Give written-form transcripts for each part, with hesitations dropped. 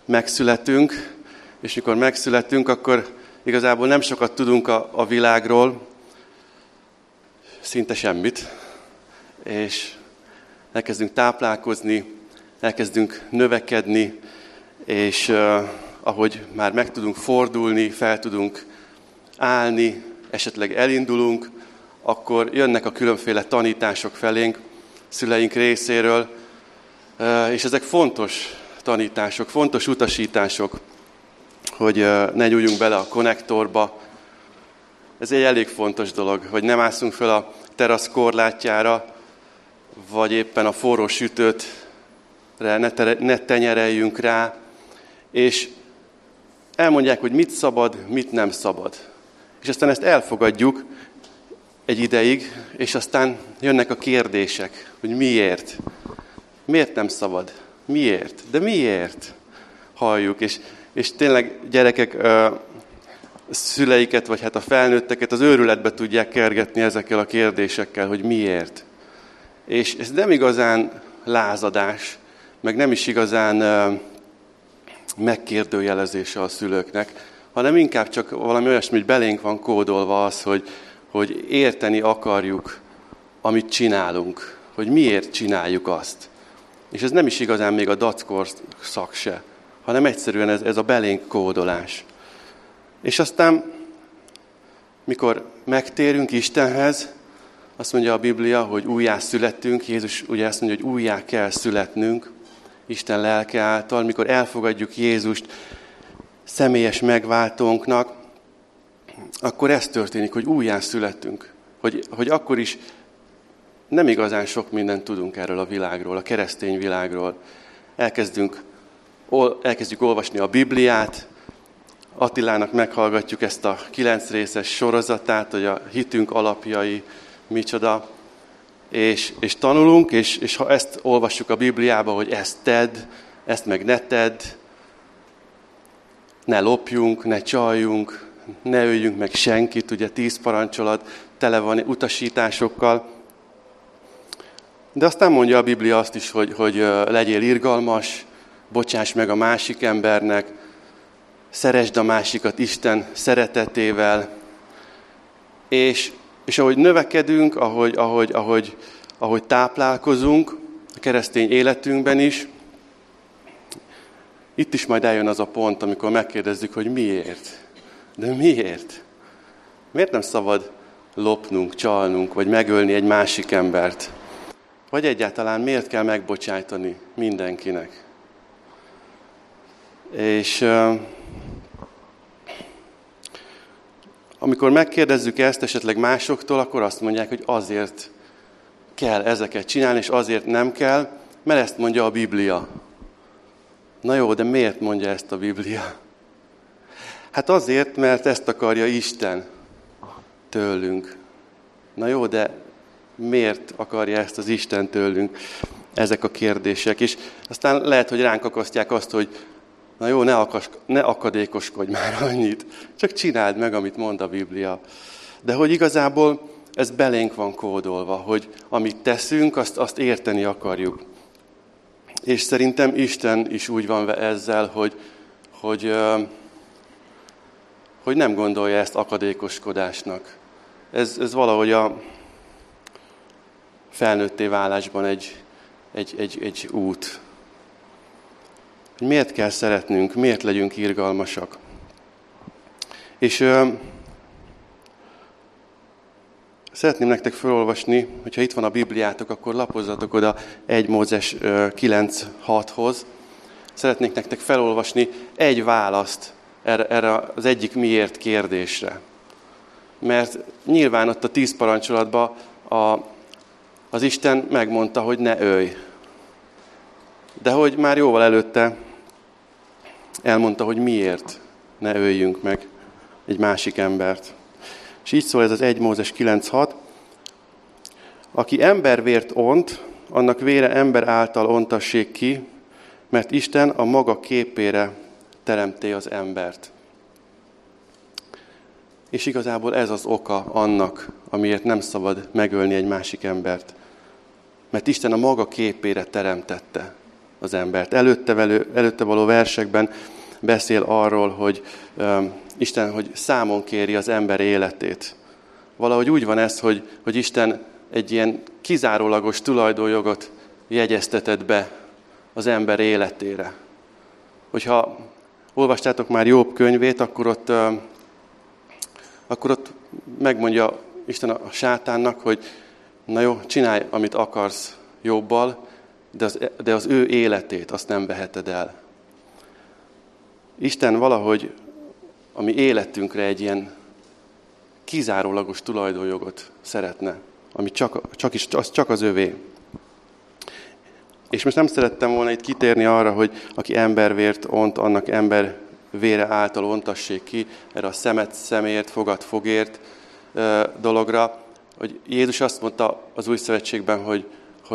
megszületünk, és mikor megszületünk, akkor igazából nem sokat tudunk a világról, szinte semmit, és elkezdünk táplálkozni, elkezdünk növekedni, és ahogy már meg tudunk fordulni, fel tudunk állni, esetleg elindulunk, akkor jönnek a különféle tanítások felénk, szüleink részéről, és ezek fontos tanítások, fontos utasítások, hogy ne nyúljunk bele a konnektorba. Ez egy elég fontos dolog, hogy nem másszunk fel a terasz korlátjára, vagy éppen a forró sütőtre ne tenyereljünk rá, és elmondják, hogy mit szabad, mit nem szabad. És aztán ezt elfogadjuk egy ideig, és aztán jönnek a kérdések, hogy miért? Miért nem szabad? Miért? De miért? Halljuk, és tényleg gyerekek szüleiket, vagy hát a felnőtteket az őrületbe tudják kergetni ezekkel a kérdésekkel, hogy miért. És ez nem igazán lázadás, meg nem is igazán megkérdőjelezése a szülőknek, hanem inkább csak valami olyasmi, hogy belénk van kódolva az, hogy érteni akarjuk, amit csinálunk, hogy miért csináljuk azt. És ez nem is igazán még a dackor szak se, hanem egyszerűen ez a belénk kódolás. És aztán, mikor megtérünk Istenhez, azt mondja a Biblia, hogy újjá születtünk. Jézus ugye azt mondja, hogy újjá kell születnünk Isten lelke által. Mikor elfogadjuk Jézust személyes megváltónknak, akkor ez történik, hogy újjá születtünk. Hogy akkor is nem igazán sok mindent tudunk erről a világról, a keresztény világról. Elkezdjük olvasni a Bibliát, Attilának meghallgatjuk ezt a 9 részes sorozatát, hogy a hitünk alapjai micsoda, és tanulunk, és ha ezt olvassuk a Bibliába, hogy ezt tedd, ezt meg ne tedd, ne lopjunk, ne csaljunk, ne öljünk meg senkit, ugye 10 parancsolat tele van utasításokkal. De aztán mondja a Biblia azt is, hogy legyél irgalmas, bocsáss meg a másik embernek, szeresd a másikat Isten szeretetével, és ahogy növekedünk, ahogy táplálkozunk a keresztény életünkben is, itt is majd eljön az a pont, amikor megkérdezzük, hogy miért. De miért? Miért nem szabad lopnunk, csalnunk, vagy megölni egy másik embert? Vagy egyáltalán miért kell megbocsájtani mindenkinek? És amikor megkérdezzük ezt esetleg másoktól, akkor azt mondják, hogy azért kell ezeket csinálni, és azért nem kell, mert ezt mondja a Biblia. Na jó, de miért mondja ezt a Biblia? Hát azért, mert ezt akarja Isten tőlünk. Na jó, de miért akarja ezt az Isten tőlünk? Ezek a kérdések. És aztán lehet, hogy ránk akasztják azt, hogy na jó, ne akadékoskodj már annyit, csak csináld meg, amit mond a Biblia. De hogy igazából ez belénk van kódolva, hogy amit teszünk, azt érteni akarjuk. És szerintem Isten is úgy van ezzel, hogy nem gondolja ezt akadékoskodásnak. Ez valahogy a felnőtté válásban egy út. Hogy miért kell szeretnünk, miért legyünk irgalmasak. És szeretném nektek felolvasni, hogyha itt van a Bibliátok, akkor lapozzatok oda 1 Mózes 9:6-hoz. Szeretnék nektek felolvasni egy választ erre az egyik miért kérdésre. Mert nyilván ott a 10 parancsolatban az Isten megmondta, hogy ne ölj. De hogy már jóval előtte elmondta, hogy miért ne öljünk meg egy másik embert. És így szól ez az 1 Mózes 9:6. Aki embervért ont, annak vére ember által ontassék ki, mert Isten a maga képére teremté az embert. És igazából ez az oka annak, amiért nem szabad megölni egy másik embert. Mert Isten a maga képére teremtette az embert. Előtte való versekben beszél arról, hogy Isten hogy számon kéri az ember életét. Valahogy úgy van ez, hogy Isten egy ilyen kizárólagos tulajdonjogot jegyeztetett be az ember életére. Hogyha olvastátok már Jobb könyvét, akkor ott megmondja Isten a sátánnak, hogy na jó, csinálj, amit akarsz Jobbal, de az ő életét azt nem veheted el. Isten valahogy a mi életünkre egy ilyen kizárólagos tulajdonjogot szeretne, ami csak az övé. És most nem szerettem volna itt kitérni arra, hogy aki embervért ont, annak ember vére által ontassék ki, erre a szemet szemért, fogad fogért dologra, hogy Jézus azt mondta az Új Szövetségben,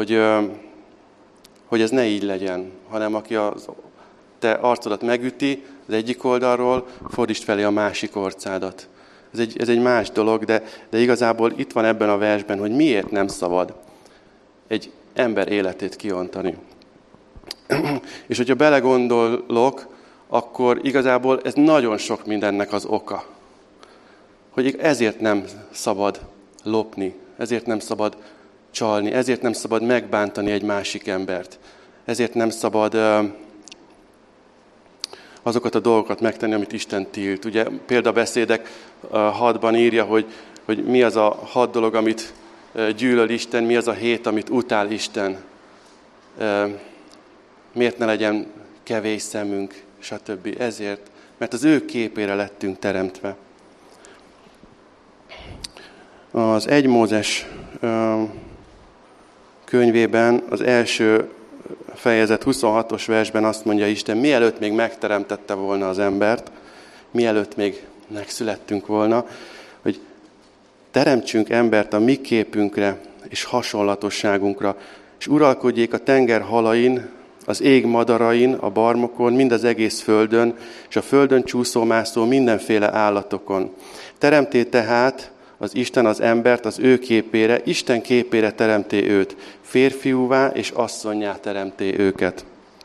hogy ez ne így legyen, hanem aki te arcodat megüti az egyik oldalról, fordítsd felé a másik orcádat. Ez egy más dolog, de igazából itt van ebben a versben, hogy miért nem szabad egy ember életét kiontani. És hogyha belegondolok, akkor igazából ez nagyon sok mindennek az oka. Hogy ezért nem szabad lopni, ezért nem szabad csalni, ezért nem szabad megbántani egy másik embert. Ezért nem szabad azokat a dolgokat megtenni, amit Isten tilt. Ugye példabeszédek 6-ban írja, hogy mi az a 6 dolog, amit gyűlöl Isten, mi az a 7, amit utál Isten. Miért ne legyen kevés szemünk, stb. Ezért, mert az ő képére lettünk teremtve. Az 1 Mózes könyvében az első fejezet 26-os versben azt mondja Isten, mielőtt még megteremtette volna az embert, mielőtt még megszülettünk volna, hogy teremtsünk embert a mi képünkre és hasonlatosságunkra, és uralkodjék a tenger halain, az ég madarain, a barmokon, mind az egész földön, és a földön csúszómászó mindenféle állatokon. Teremté tehát az Isten az embert az ő képére, Isten képére teremté őt, férfiúvá és asszonnyá teremté őket.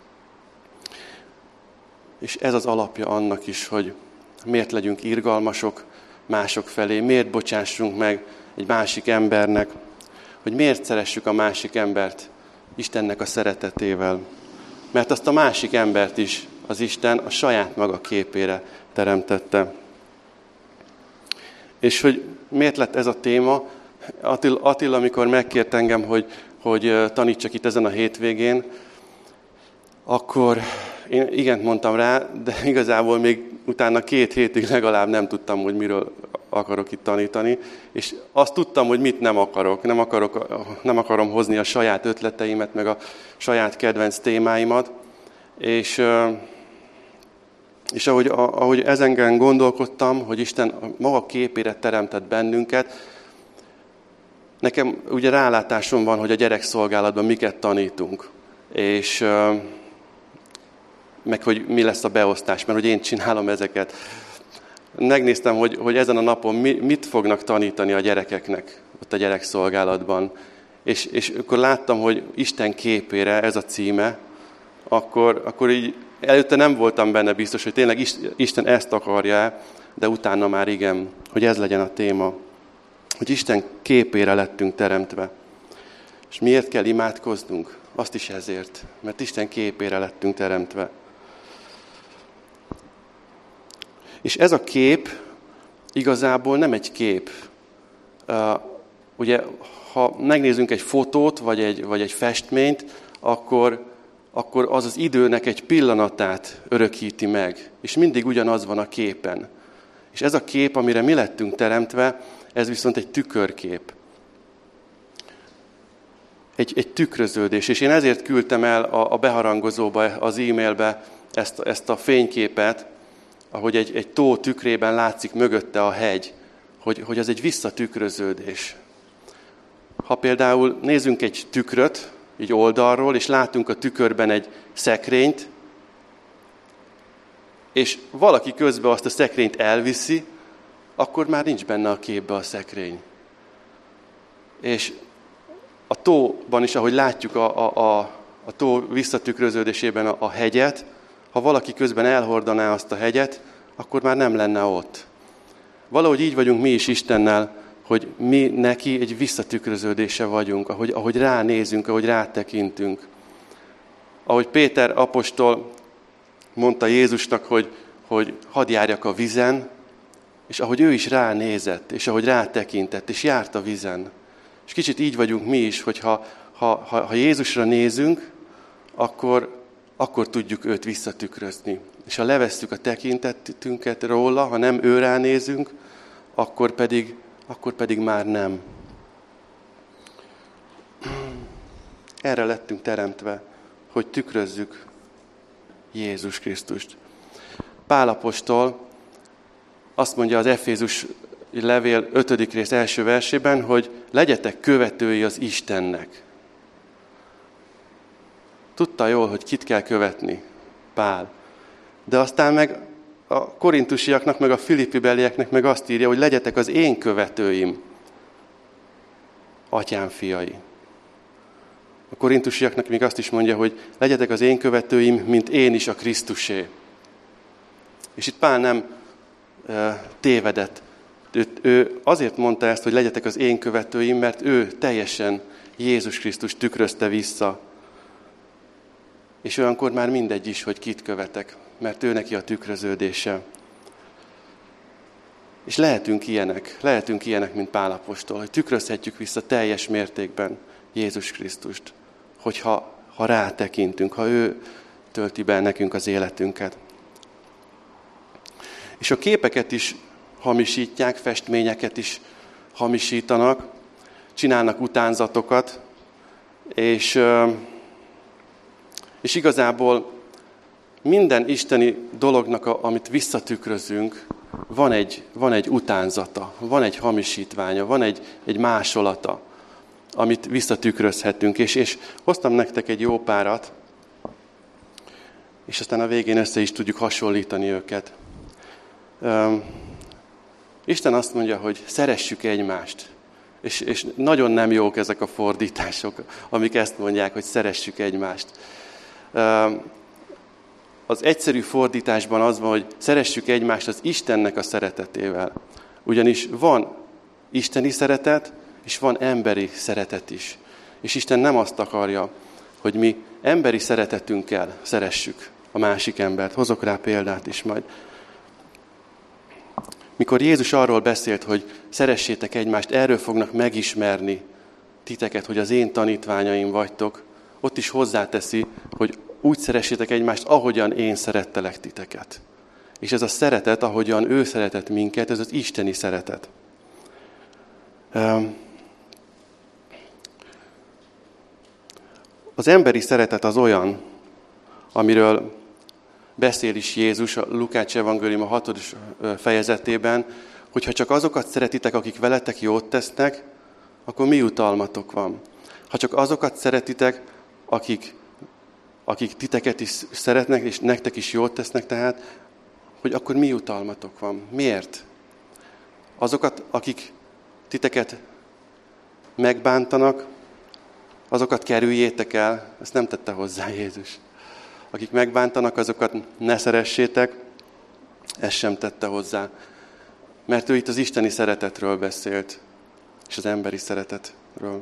És ez az alapja annak is, hogy miért legyünk irgalmasok mások felé, miért bocsássunk meg egy másik embernek, hogy miért szeressük a másik embert Istennek a szeretetével. Mert azt a másik embert is az Isten a saját maga képére teremtette. És hogy miért lett ez a téma? Attila, amikor megkért engem, hogy tanítsak itt ezen a hétvégén, akkor én igent mondtam rá, de igazából még utána 2 hétig legalább nem tudtam, hogy miről akarok itt tanítani. És azt tudtam, hogy mit nem akarok. Nem akarom hozni a saját ötleteimet, meg a saját kedvenc témáimat. És ahogy ezen gondolkodtam, hogy Isten maga képére teremtett bennünket, nekem ugye rálátásom van, hogy a gyerekszolgálatban miket tanítunk. És meg hogy mi lesz a beosztás, mert hogy én csinálom ezeket. Megnéztem, hogy ezen a napon mit fognak tanítani a gyerekeknek ott a gyerekszolgálatban. És akkor láttam, hogy Isten képére ez a címe, akkor így előtte nem voltam benne biztos, hogy tényleg Isten ezt akarja, de utána már igen, hogy ez legyen a téma. Hogy Isten képére lettünk teremtve. És miért kell imádkoznunk? Azt is ezért, mert Isten képére lettünk teremtve. És ez a kép igazából nem egy kép. Ugye, ha megnézzünk egy fotót, vagy egy festményt, akkor az az időnek egy pillanatát örökíti meg. És mindig ugyanaz van a képen. És ez a kép, amire mi lettünk teremtve, ez viszont egy tükörkép. Egy tükröződés. És én ezért küldtem el a beharangozóba, az e-mailbe ezt a fényképet, ahogy egy tó tükrében látszik mögötte a hegy, hogy ez egy visszatükröződés. Ha például nézzünk egy tükröt, így oldalról, és látunk a tükörben egy szekrényt, és valaki közben azt a szekrényt elviszi, akkor már nincs benne a képbe a szekrény. És a tóban is, ahogy látjuk a tó visszatükröződésében a hegyet, ha valaki közben elhordaná azt a hegyet, akkor már nem lenne ott. Valahogy így vagyunk mi is Istennel, hogy mi neki egy visszatükröződése vagyunk, ahogy ránézünk, ahogy rátekintünk. Ahogy Péter apostol mondta Jézusnak, hogy hadd járjak a vizen, és ahogy ő is ránézett, és ahogy rátekintett, és járt a vizen. És kicsit így vagyunk mi is, hogy ha Jézusra nézünk, akkor tudjuk őt visszatükrözni. És ha levesszük a tekintetünket róla, ha nem ő ránézünk, akkor pedig már nem. Erre lettünk teremtve, hogy tükrözzük Jézus Krisztust. Pál apostol azt mondja az Efézus levél 5. rész első versében, hogy legyetek követői az Istennek. Tudta jól, hogy kit kell követni, Pál. De aztán meg a korintusiaknak, meg a filippibelieknek meg azt írja, hogy legyetek az én követőim, atyám fiai. A korintusiaknak még azt is mondja, hogy legyetek az én követőim, mint én is a Krisztusé. És itt Pál nem tévedett. Ő azért mondta ezt, hogy legyetek az én követőim, mert ő teljesen Jézus Krisztus tükrözte vissza. És olyankor már mindegy is, hogy kit követek, mert ő neki a tükröződése. És lehetünk ilyenek, mint Pál apostol, hogy tükrözhetjük vissza teljes mértékben Jézus Krisztust, hogyha rátekintünk, ha ő tölti be nekünk az életünket. És a képeket is hamisítják, festményeket is hamisítanak, csinálnak utánzatokat, és igazából minden isteni dolognak, amit visszatükrözünk, van egy utánzata, van egy hamisítványa, van egy másolata, amit visszatükrözhetünk. És hoztam nektek egy jó párat, és aztán a végén össze is tudjuk hasonlítani őket. Isten azt mondja, hogy szeressük egymást. És nagyon nem jók ezek a fordítások, amik ezt mondják, hogy szeressük egymást. Az egyszerű fordításban az van, hogy szeressük egymást az Istennek a szeretetével. Ugyanis van isteni szeretet, és van emberi szeretet is. És Isten nem azt akarja, hogy mi emberi szeretetünkkel szeressük a másik embert. Hozok rá példát is majd. Mikor Jézus arról beszélt, hogy szeressétek egymást, erről fognak megismerni titeket, hogy az én tanítványaim vagytok, ott is hozzáteszi, hogy úgy szeressétek egymást, ahogyan én szerettelek titeket. És ez a szeretet, ahogyan ő szeretett minket, ez az isteni szeretet. Az emberi szeretet az olyan, amiről beszél is Jézus a Lukács evangélium a 6. fejezetében, hogyha csak azokat szeretitek, akik veletek jót tesznek, akkor mi jutalmatok van? Ha csak azokat szeretitek, akik titeket is szeretnek, és nektek is jót tesznek, tehát, hogy akkor mi jutalmatok van? Miért? Azokat, akik titeket megbántanak, azokat kerüljétek el, ezt nem tette hozzá Jézus. Akik megbántanak, azokat ne szeressétek, ezt sem tette hozzá. Mert ő itt az isteni szeretetről beszélt, és az emberi szeretetről.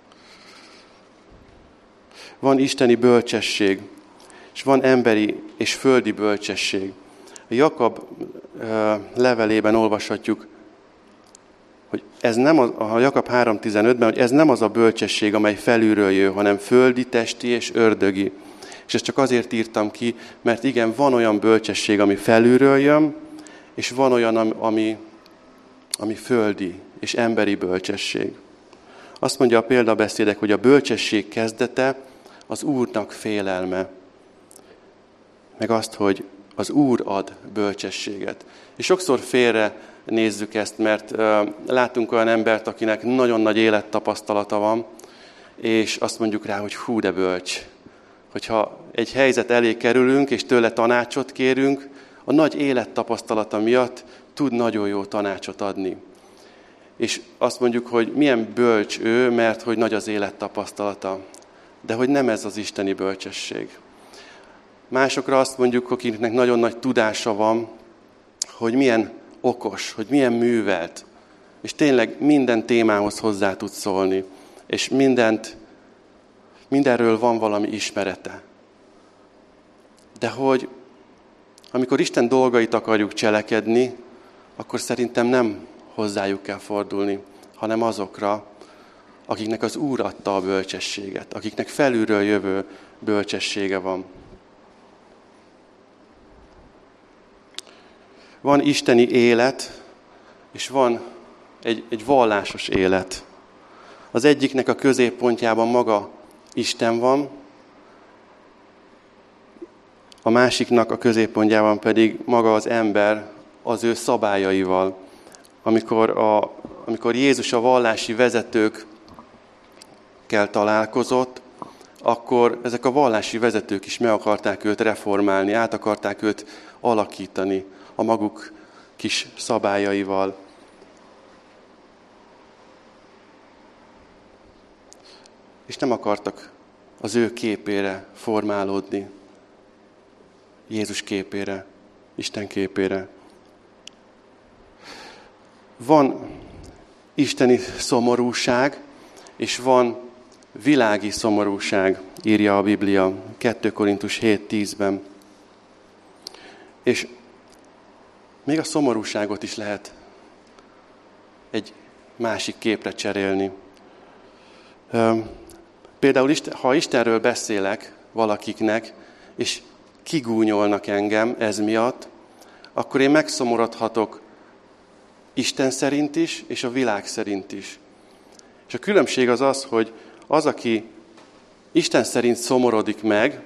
Van isteni bölcsesség, és van emberi és földi bölcsesség. A Jakab levelében olvashatjuk, hogy ez nem a Jakab 3.15-ben, hogy ez nem az a bölcsesség, amely felülről jön, hanem földi, testi és ördögi. És ezt csak azért írtam ki, mert igen, van olyan bölcsesség, ami felülről jön, és van olyan, ami földi és emberi bölcsesség. Azt mondja a példabeszédek, hogy a bölcsesség kezdete az Úrnak félelme. Meg azt, hogy az Úr ad bölcsességet. És sokszor félre nézzük ezt, mert látunk olyan embert, akinek nagyon nagy élettapasztalata van, és azt mondjuk rá, hogy hú, de bölcs. Hogyha egy helyzet elé kerülünk, és tőle tanácsot kérünk, a nagy élettapasztalata miatt tud nagyon jó tanácsot adni. És azt mondjuk, hogy milyen bölcs ő, mert hogy nagy az élettapasztalata. de hogy nem ez az isteni bölcsesség. Másokra azt mondjuk, akiknek nagyon nagy tudása van, hogy milyen okos, hogy milyen művelt, és tényleg minden témához hozzá tud szólni, és mindenről van valami ismerete. De hogy amikor Isten dolgait akarjuk cselekedni, akkor szerintem nem hozzájuk kell fordulni, hanem azokra, akiknek az Úr adta a bölcsességet, akiknek felülről jövő bölcsessége van. Van isteni élet, és van egy vallásos élet. Az egyiknek a középpontjában maga Isten van, a másiknak a középpontjában pedig maga az ember az ő szabályaival. Amikor Jézus a vallási vezetőkkel találkozott, akkor ezek a vallási vezetők is meg akarták őt reformálni, át akarták őt alakítani a maguk kis szabályaival. És nem akartak az ő képére formálódni, Jézus képére, Isten képére. Van isteni szomorúság, és van világi szomorúság, írja a Biblia 2 Korintus 7:10-ben. És még a szomorúságot is lehet egy másik képre cserélni. Például, ha Istenről beszélek valakiknek, és kigúnyolnak engem ez miatt, akkor én megszomorodhatok Isten szerint is, és a világ szerint is. És a különbség az, hogy az, aki Isten szerint szomorodik meg,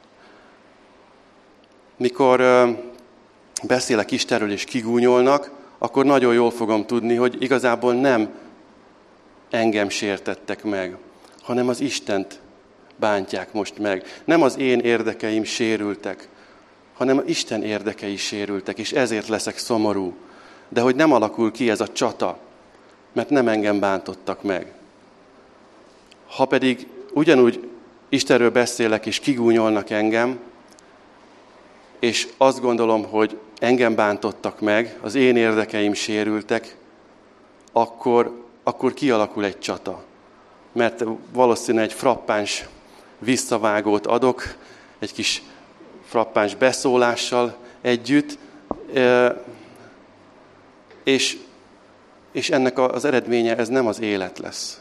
mikor beszélek Istenről és kigúnyolnak, akkor nagyon jól fogom tudni, hogy igazából nem engem sértettek meg, hanem az Istent bántják most meg. Nem az én érdekeim sérültek, hanem Isten érdekei sérültek, és ezért leszek szomorú. De hogy nem alakul ki ez a csata, mert nem engem bántottak meg. Ha pedig ugyanúgy Istenről beszélek, és kigúnyolnak engem, és azt gondolom, hogy engem bántottak meg, az én érdekeim sérültek, akkor kialakul egy csata. Mert valószínűleg egy frappáns visszavágót adok, egy kis frappáns beszólással együtt, és ennek az eredménye ez nem az élet lesz.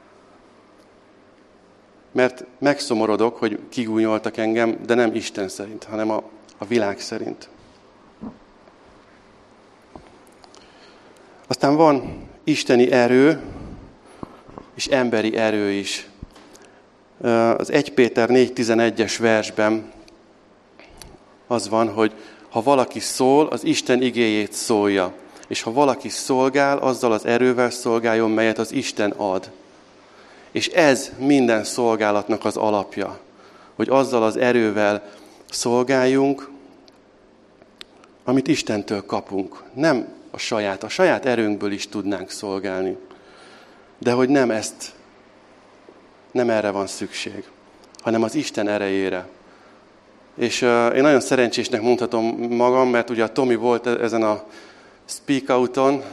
Mert megszomorodok, hogy kigúnyoltak engem, de nem Isten szerint, hanem a világ szerint. Aztán van isteni erő, és emberi erő is. Az 1 Péter 4:11-es versben az van, hogy ha valaki szól, az Isten igéjét szólja. És ha valaki szolgál, azzal az erővel szolgáljon, melyet az Isten ad. És ez minden szolgálatnak az alapja, hogy azzal az erővel szolgáljunk, amit Istentől kapunk. Nem a saját erőnkből is tudnánk szolgálni. De hogy nem erre van szükség, hanem az Isten erejére. És én nagyon szerencsésnek mondhatom magam, mert ugye a Tomi volt ezen a Speak Out-on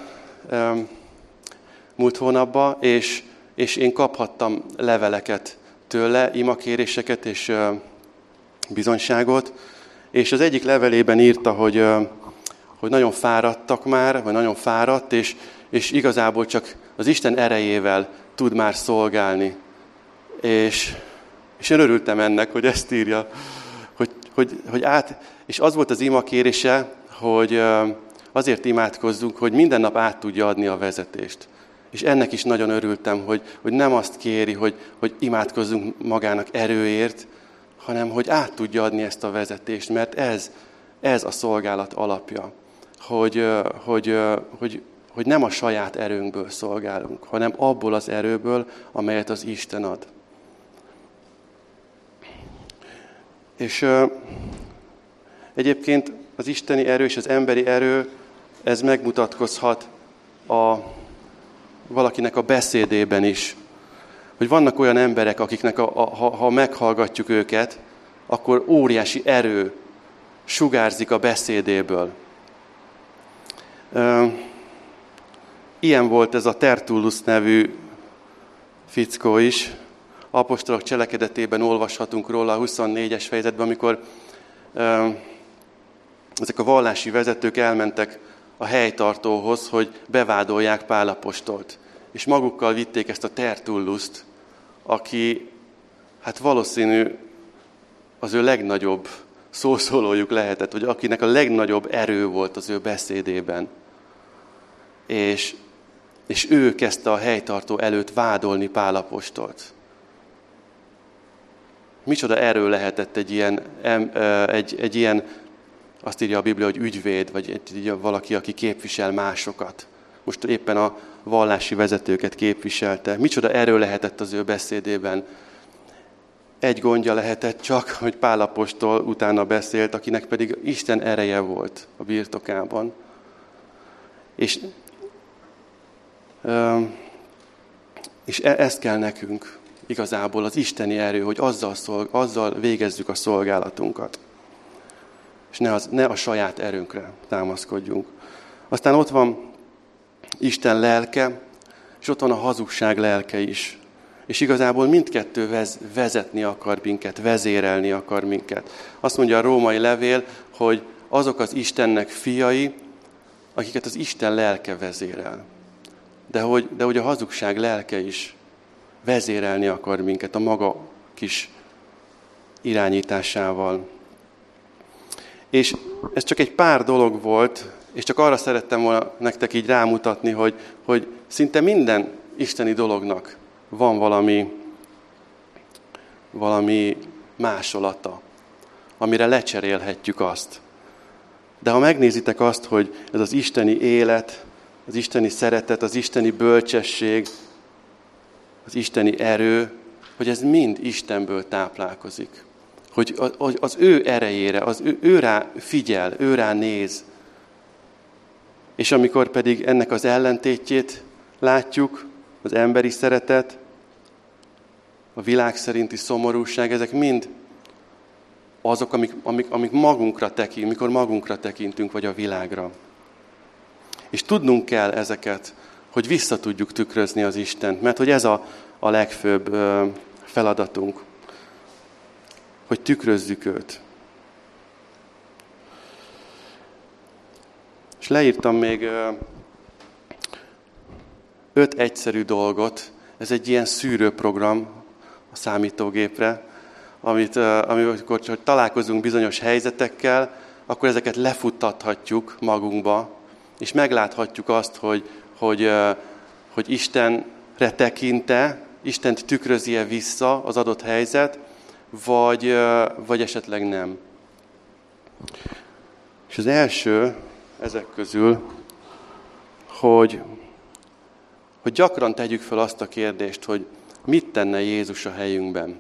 múlt hónapban, és én kaphattam leveleket tőle, imakéréseket és bizonyságot, és az egyik levelében írta, hogy nagyon fáradtak már, vagy nagyon fáradt, és igazából csak az Isten erejével tud már szolgálni. És én örültem ennek, hogy ezt írja, és az volt az imakérése, hogy azért imádkozzunk, hogy minden nap át tudja adni a vezetést. És ennek is nagyon örültem, hogy nem azt kéri, hogy imádkozzunk magának erőért, hanem hogy át tudja adni ezt a vezetést, mert ez a szolgálat alapja. Hogy nem a saját erőnkből szolgálunk, hanem abból az erőből, amelyet az Isten ad. És egyébként az isteni erő és az emberi erő, ez megmutatkozhat valakinek a beszédében is. hogy vannak olyan emberek, akiknek ha meghallgatjuk őket, akkor óriási erő sugárzik a beszédéből. Ilyen volt ez a Tertullus nevű fickó is. Apostolok cselekedetében olvashatunk róla a 24-es fejezetben, amikor ezek a vallási vezetők elmentek a helytartóhoz, hogy bevádolják Pál apostolt. És magukkal vitték ezt a Tertullust, aki hát valószínű az ő legnagyobb szószólójuk lehetett, vagy akinek a legnagyobb erő volt az ő beszédében. És ő kezdte a helytartó előtt vádolni Pál apostolt. Micsoda erő lehetett egy ilyen, azt írja a Biblia, hogy ügyvéd, vagy valaki, aki képvisel másokat. Most éppen a vallási vezetőket képviselte. Micsoda erő lehetett az ő beszédében. Egy gondja lehetett csak, hogy Pál apostol utána beszélt, akinek pedig Isten ereje volt a birtokában. És ezt kell nekünk igazából, az isteni erő, hogy azzal végezzük a szolgálatunkat. És ne a saját erőnkre támaszkodjunk. Aztán ott van Isten lelke, és ott van a hazugság lelke is. És igazából mindkettő vezetni akar minket, vezérelni akar minket. Azt mondja a római levél, hogy azok az Istennek fiai, akiket az Isten lelke vezérel. De hogy a hazugság lelke is vezérelni akar minket a maga kis irányításával. És ez csak egy pár dolog volt, és csak arra szerettem volna nektek így rámutatni, hogy szinte minden isteni dolognak van valami másolata, amire lecserélhetjük azt. De ha megnézitek azt, hogy ez az isteni élet, az isteni szeretet, az isteni bölcsesség, az isteni erő, hogy ez mind Istenből táplálkozik. Hogy az ő erejére, ő rá figyel, ő rá néz. És amikor pedig ennek az ellentétjét látjuk, az emberi szeretet, a világ szerinti szomorúság, ezek mind azok, amik magunkra tekintünk, mikor magunkra tekintünk, vagy a világra. És tudnunk kell ezeket, hogy vissza tudjuk tükrözni az Istent, mert hogy ez a legfőbb feladatunk, hogy tükrözzük őt. És leírtam még 5 egyszerű dolgot. Ez egy ilyen szűrőprogram a számítógépre, amikor találkozunk bizonyos helyzetekkel, akkor ezeket lefuttathatjuk magunkba, és megláthatjuk azt, hogy Istenre tekinte, Istent tükrözi-e vissza az adott helyzet, vagy esetleg nem. És az első ezek közül, hogy gyakran tegyük fel azt a kérdést, hogy mit tenne Jézus a helyünkben.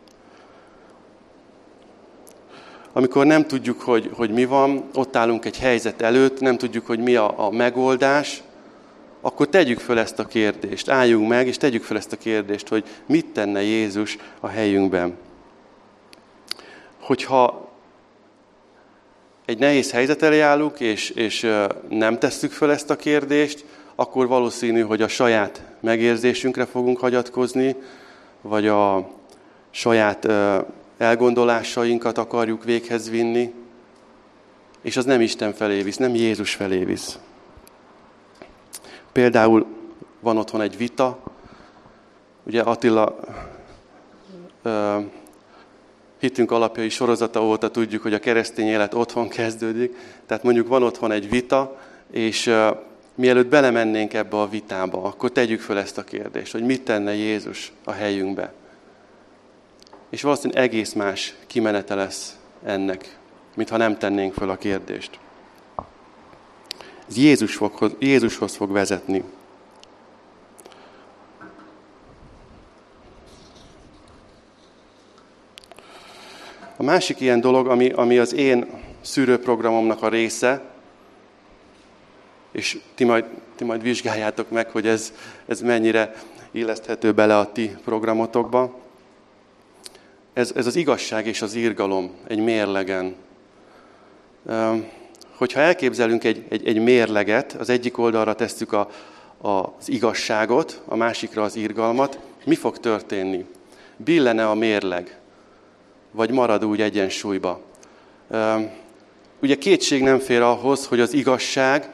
Amikor nem tudjuk, hogy mi van, ott állunk egy helyzet előtt, nem tudjuk, hogy mi a megoldás, akkor tegyük fel ezt a kérdést. Álljunk meg, és tegyük fel ezt a kérdést, hogy mit tenne Jézus a helyünkben. Hogyha egy nehéz helyzet elé állunk, és nem tesszük fel ezt a kérdést, akkor valószínű, hogy a saját megérzésünkre fogunk hagyatkozni, vagy a saját elgondolásainkat akarjuk véghez vinni, és az nem Isten felé visz, nem Jézus felé visz. Például van otthon egy vita, ugye Attila hitünk alapjai sorozata óta tudjuk, hogy a keresztény élet otthon kezdődik, tehát mondjuk van otthon egy vita, és mielőtt belemennénk ebbe a vitába, akkor tegyük föl ezt a kérdést, hogy mit tenne Jézus a helyünkbe. És valószínűleg egész más kimenete lesz ennek, mintha nem tennénk föl a kérdést. Ez Jézushoz fog vezetni. A másik ilyen dolog, ami az én szűrőprogramomnak a része, és ti majd vizsgáljátok meg, hogy ez mennyire illeszthető bele a ti programotokba. Ez az igazság és az irgalom egy mérlegen. Hogyha elképzelünk egy mérleget, az egyik oldalra tesszük az igazságot, a másikra az irgalmat, mi fog történni? Billene a mérleg, vagy marad úgy egyensúlyba? Ugye kétség nem fér ahhoz, hogy az igazság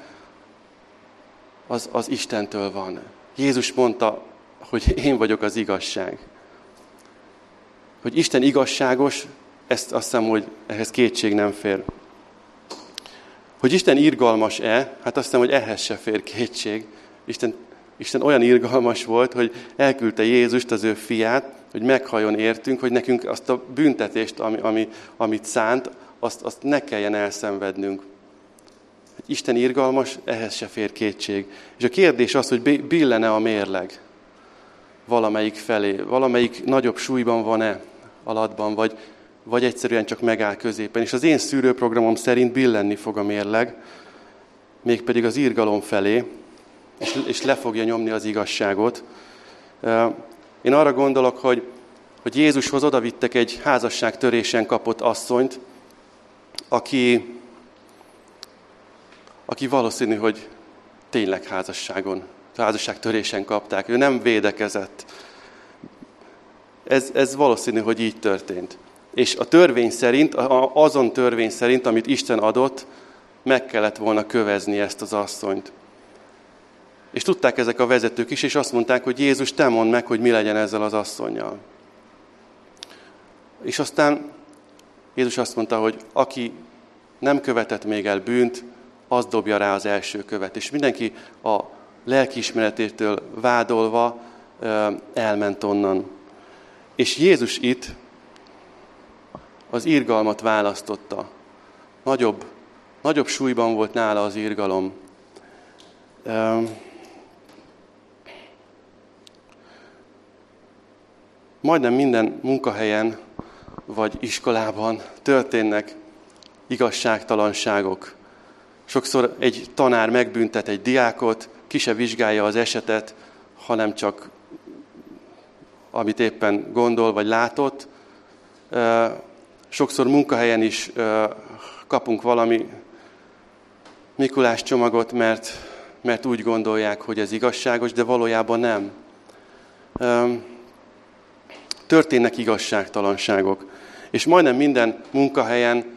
az Istentől van. Jézus mondta, hogy én vagyok az igazság. Hogy Isten igazságos, ezt azt hiszem, hogy ehhez kétség nem fér. Hogy Isten irgalmas-e, hát azt hiszem, hogy ehhez se fér kétség. Isten olyan irgalmas volt, hogy elküldte Jézust, az ő fiát, hogy meghalljon értünk, hogy nekünk azt a büntetést, amit szánt, azt ne kelljen elszenvednünk. Isten irgalmas, ehhez se fér kétség. És a kérdés az, hogy billene a mérleg valamelyik felé, valamelyik nagyobb súlyban van-e alatban, vagy egyszerűen csak megáll középen. És az én szűrőprogramom szerint billenni fog a mérleg, mégpedig az irgalom felé, és le fogja nyomni az igazságot. Én arra gondolok, hogy Jézushoz odavittek egy házasságtörésen kapott asszonyt, aki valószínű, hogy tényleg házasságtörésen kapták. Ő nem védekezett. Ez valószínű, hogy így történt. És a törvény szerint, azon törvény szerint, amit Isten adott, meg kellett volna kövezni ezt az asszonyt. És tudták ezek a vezetők is, és azt mondták, hogy Jézus, te mondd meg, hogy mi legyen ezzel az asszonnyal. És aztán Jézus azt mondta, hogy aki nem követett még el bűnt, az dobja rá az első követ. És mindenki a lelkiismeretétől vádolva elment onnan. És Jézus itt az irgalmat választotta. Nagyobb súlyban volt nála az irgalom. Majdnem minden munkahelyen vagy iskolában történnek igazságtalanságok. Sokszor egy tanár megbüntet egy diákot, ki se vizsgálja az esetet, hanem csak amit éppen gondol vagy látott. Sokszor munkahelyen is kapunk valami Mikulás csomagot, mert úgy gondolják, hogy ez igazságos, de valójában nem. Történnek igazságtalanságok. És majdnem minden munkahelyen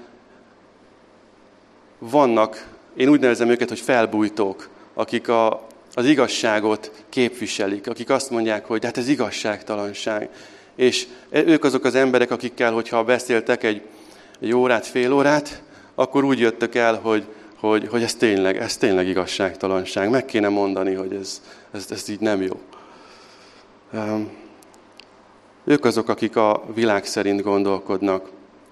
vannak, én úgy nevezem őket, hogy felbújtók, akik az igazságot képviselik, akik azt mondják, hogy hát ez igazságtalanság. És ők azok az emberek, akikkel, hogyha beszéltek egy órát, fél órát, akkor úgy jöttök el, hogy ez tényleg igazságtalanság. Meg kéne mondani, hogy ez így nem jó. Ők azok, akik a világ szerint gondolkodnak.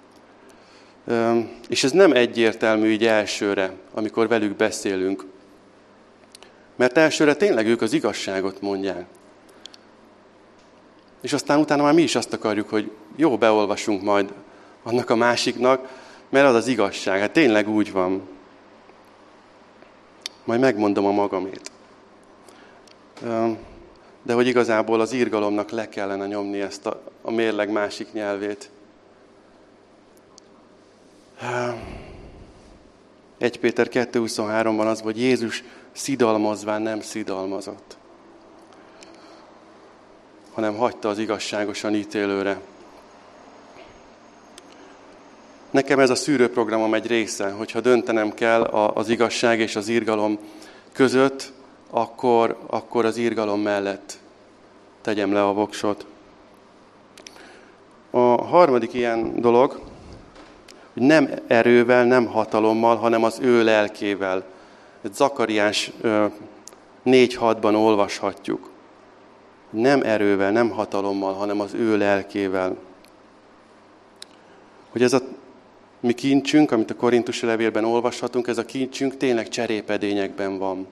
És ez nem egyértelmű így elsőre, amikor velük beszélünk. Mert elsőre tényleg ők az igazságot mondják. És aztán utána már mi is azt akarjuk, hogy jó, beolvasunk majd annak a másiknak, mert az az igazság. Hát tényleg úgy van. Majd megmondom a magamét. De hogy igazából az irgalomnak le kellene nyomni ezt a mérleg másik nyelvét. 1 Péter 2.23-ban az, hogy Jézus szidalmazván nem szidalmazott, hanem hagyta az igazságosan ítélőre. Nekem ez a szűrőprogramom egy része, hogyha döntenem kell az igazság és az irgalom között, akkor az irgalom mellett tegyem le a voksot. A harmadik ilyen dolog, hogy nem erővel, nem hatalommal, hanem az ő lelkével. Zakariás 4.6-ban olvashatjuk. Nem erővel, nem hatalommal, hanem az ő lelkével. Hogy ez a mi kincsünk, amit a Korintusi levélben olvashatunk, ez a kincsünk tényleg cserépedényekben van.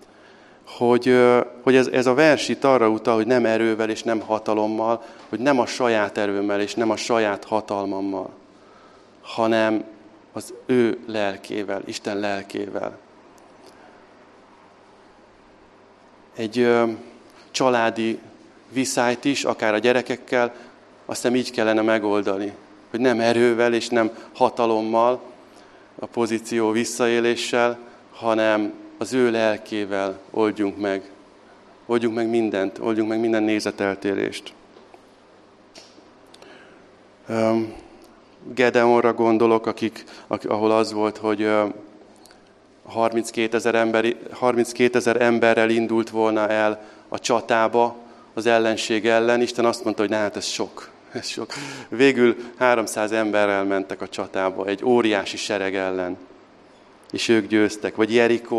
Hogy ez a vers itt arra utal, hogy nem erővel és nem hatalommal, hogy nem a saját erőmmel és nem a saját hatalmammal, hanem az ő lelkével, Isten lelkével. Egy családi viszályt is, akár a gyerekekkel, azt hiszem így kellene megoldani. Hogy nem erővel és nem hatalommal, a pozíció visszaéléssel, hanem az ő lelkével oldjunk meg. Oldjunk meg mindent, oldjunk meg minden nézeteltérést. Gedeonra gondolok, ahol az volt, hogy 32 000 emberrel indult volna el a csatába az ellenség ellen. Isten azt mondta, hogy hát ez sok. Végül 300 emberrel mentek a csatába, egy óriási sereg ellen. És ők győztek. Vagy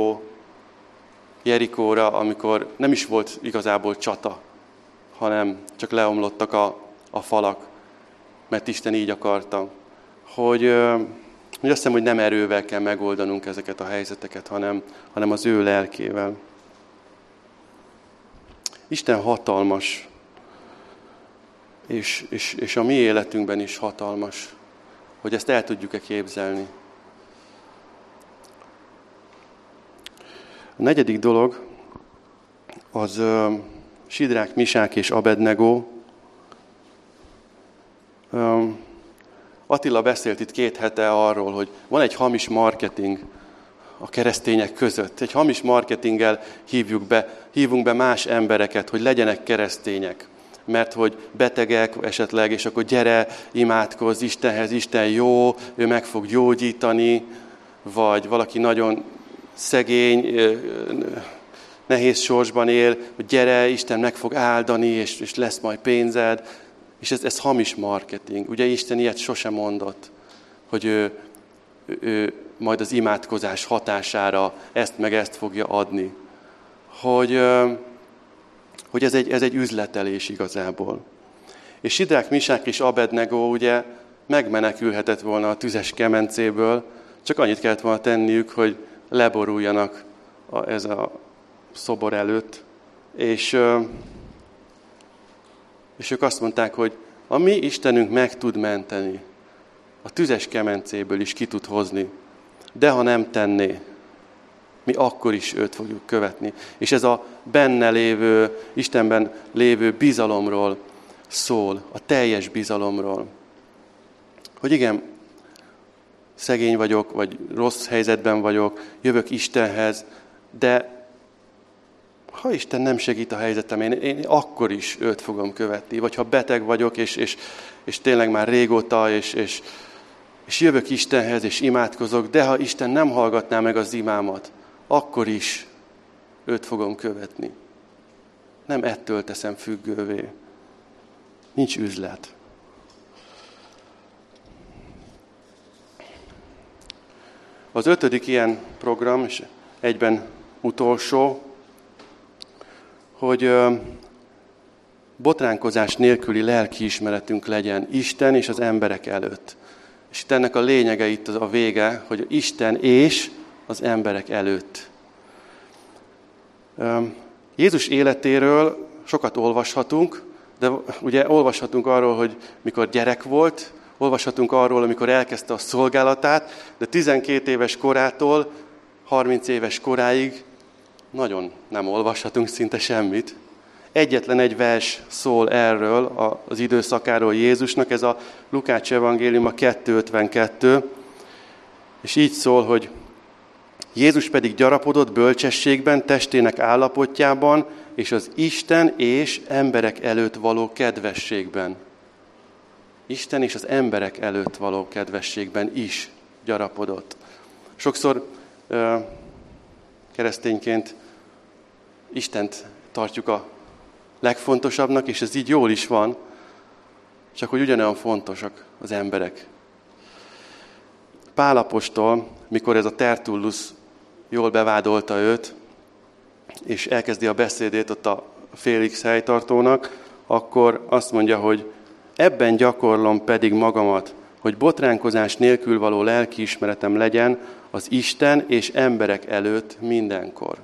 Jerikóra, amikor nem is volt igazából csata, hanem csak leomlottak a falak, mert Isten így akarta. Hogy azt hiszem, hogy nem erővel kell megoldanunk ezeket a helyzeteket, hanem az ő lelkével. Isten hatalmas, és a mi életünkben is hatalmas, hogy ezt el tudjuk-e képzelni. A negyedik dolog az Sidrák, Misák és Abednego. Attila beszélt itt 2 hete arról, hogy van egy hamis marketing a keresztények között. Egy hamis marketinggel hívunk be más embereket, hogy legyenek keresztények. Mert hogy betegek esetleg, és akkor gyere, imádkozz Istenhez, Isten jó, ő meg fog gyógyítani, vagy valaki nagyon szegény, nehéz sorsban él, hogy gyere, Isten meg fog áldani, és lesz majd pénzed. És ez hamis marketing. Ugye Isten ilyet sosem mondott, hogy ő majd az imádkozás hatására ezt meg ezt fogja adni. Hogy ez egy üzletelés igazából. És Sidrák, Misák és Abednego ugye megmenekülhetett volna a tüzes kemencéből, csak annyit kellett volna tenniük, hogy leboruljanak ez a szobor előtt, és ők azt mondták, hogy a mi Istenünk meg tud menteni, a tüzes kemencéből is ki tud hozni, de ha nem tenné, mi akkor is őt fogjuk követni. És ez a benne lévő, Istenben lévő bizalomról szól, a teljes bizalomról. Hogy igen, szegény vagyok, vagy rossz helyzetben vagyok, jövök Istenhez, de ha Isten nem segít a helyzetem, én akkor is őt fogom követni. Vagy ha beteg vagyok, és tényleg már régóta, és jövök Istenhez, és imádkozok, de ha Isten nem hallgatná meg az imámat, akkor is őt fogom követni. Nem ettől teszem függővé. Nincs üzlet. Az 5. ilyen program, és egyben utolsó, hogy botránkozás nélküli lelkiismeretünk legyen Isten és az emberek előtt. És itt ennek a lényege itt a vége, hogy Isten és az emberek előtt. Jézus életéről sokat olvashatunk, de ugye olvashatunk arról, hogy mikor gyerek volt, olvashatunk arról, amikor elkezdte a szolgálatát, de 12 éves korától 30 éves koráig nagyon nem olvashatunk szinte semmit. Egyetlen egy vers szól erről, az időszakáról Jézusnak, ez a Lukács evangéliuma 2:52, és így szól, hogy Jézus pedig gyarapodott bölcsességben, testének állapotjában, és az Isten és emberek előtt való kedvességben. Isten és az emberek előtt való kedvességben is gyarapodott. Sokszor keresztényként Istent tartjuk a legfontosabbnak, és ez így jól is van, csak hogy ugyanolyan fontosak az emberek. Pál apostol, mikor ez a Tertullus jól bevádolta őt, és elkezdi a beszédét ott a Félix helytartónak, akkor azt mondja, hogy ebben gyakorlom pedig magamat, hogy botránkozás nélkül való lelkiismeretem legyen az Isten és emberek előtt mindenkor.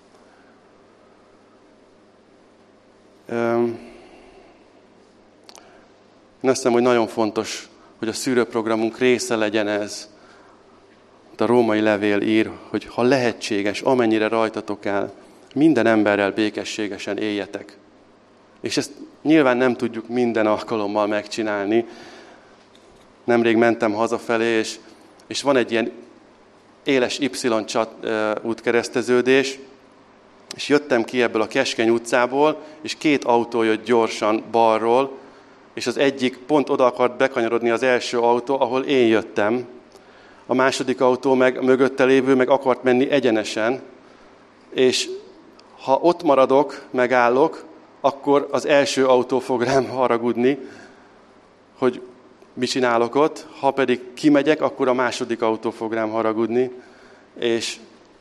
Én azt hiszem, hogy nagyon fontos, hogy a szűrőprogramunk része legyen ez. A római levél ír, hogy ha lehetséges, amennyire rajtatok áll, minden emberrel békességesen éljetek. És ezt nyilván nem tudjuk minden alkalommal megcsinálni. Nemrég mentem hazafelé, és van egy ilyen éles útkereszteződés, és jöttem ki ebből a keskeny utcából, és 2 autó jött gyorsan balról, és az egyik pont oda akart bekanyarodni az első autó, ahol én jöttem. A második autó meg mögötte lévő meg akart menni egyenesen, és ha ott maradok, megállok, akkor az első autó fog rám haragudni, hogy mit csinálok ott, ha pedig kimegyek, akkor a második autó fog rám haragudni, és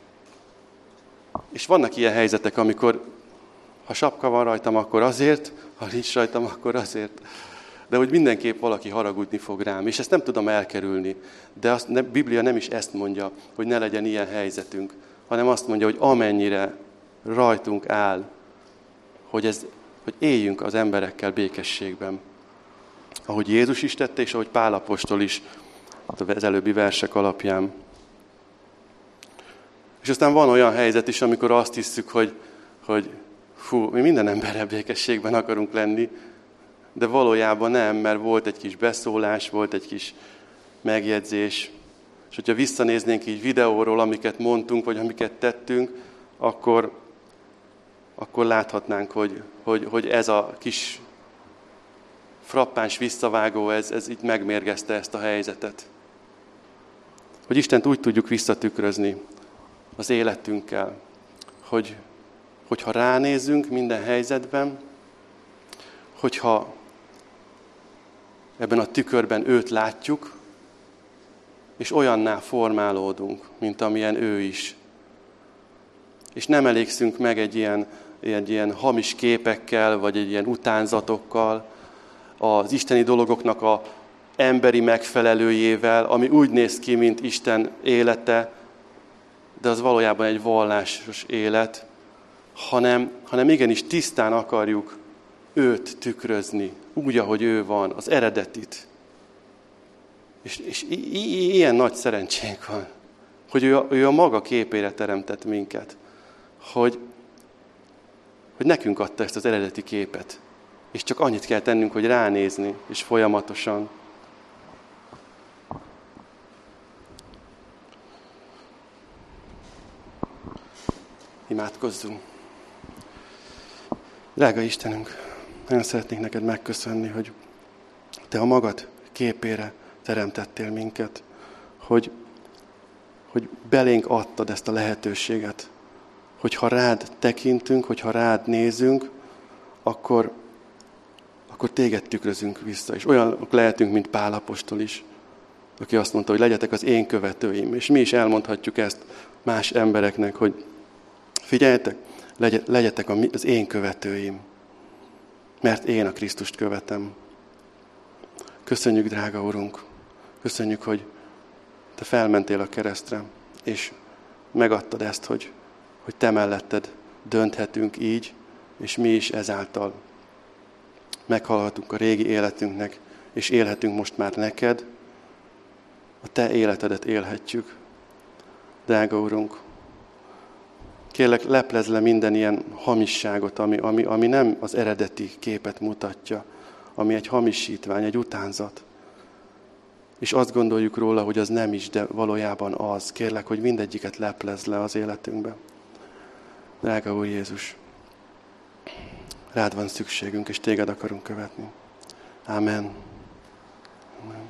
vannak ilyen helyzetek, amikor ha sapka van rajtam, akkor azért, ha nincs rajtam, akkor azért. De hogy mindenképp valaki haragudni fog rám, és ezt nem tudom elkerülni. De a Biblia nem is ezt mondja, hogy ne legyen ilyen helyzetünk, hanem azt mondja, hogy amennyire rajtunk áll, hogy éljünk az emberekkel békességben. Ahogy Jézus is tette, és ahogy Pál apostol is az előbbi versek alapján. És aztán van olyan helyzet is, amikor azt hiszük, hogy mi minden emberrel békességben akarunk lenni, de valójában nem, mert volt egy kis beszólás, volt egy kis megjegyzés, és hogyha visszanéznénk így videóról, amiket mondtunk, vagy amiket tettünk, akkor láthatnánk, hogy ez a kis frappáns visszavágó, ez így megmérgezte ezt a helyzetet. Hogy Istent úgy tudjuk visszatükrözni az életünkkel, hogyha ránézünk minden helyzetben, hogyha ebben a tükörben őt látjuk, és olyanná formálódunk, mint amilyen ő is. És nem elégszünk meg egy ilyen hamis képekkel, vagy egy ilyen utánzatokkal, az isteni dolgoknak az emberi megfelelőjével, ami úgy néz ki, mint Isten élete, de az valójában egy vallásos élet, hanem igenis tisztán akarjuk őt tükrözni, úgy, ahogy ő van, az eredetit. És ilyen nagy szerencsénk van, hogy ő a maga képére teremtett minket, hogy nekünk adta ezt az eredeti képet. És csak annyit kell tennünk, hogy ránézni, és folyamatosan. Imádkozzunk. Drága Istenünk, nagyon szeretnék neked megköszönni, hogy te a magad képére teremtettél minket, hogy belénk adtad ezt a lehetőséget, hogy ha rád tekintünk, hogyha rád nézünk, akkor téged tükrözünk vissza. És olyanok lehetünk, mint Pál apostol is, aki azt mondta, hogy legyetek az én követőim. És mi is elmondhatjuk ezt más embereknek, hogy figyeljetek, legyetek az én követőim, mert én a Krisztust követem. Köszönjük, drága Urunk, köszönjük, hogy te felmentél a keresztre, és megadtad ezt, hogy te melletted dönthetünk így, és mi is ezáltal meghalhatunk a régi életünknek, és élhetünk most már neked, a te életedet élhetjük. Drága Urunk, kérlek, leplezd le minden ilyen hamisságot, ami nem az eredeti képet mutatja, ami egy hamisítvány, egy utánzat. És azt gondoljuk róla, hogy az nem is, de valójában az. Kérlek, hogy mindegyiket leplezd le az életünkbe. Drága Úr Jézus, rád van szükségünk, és téged akarunk követni. Amen.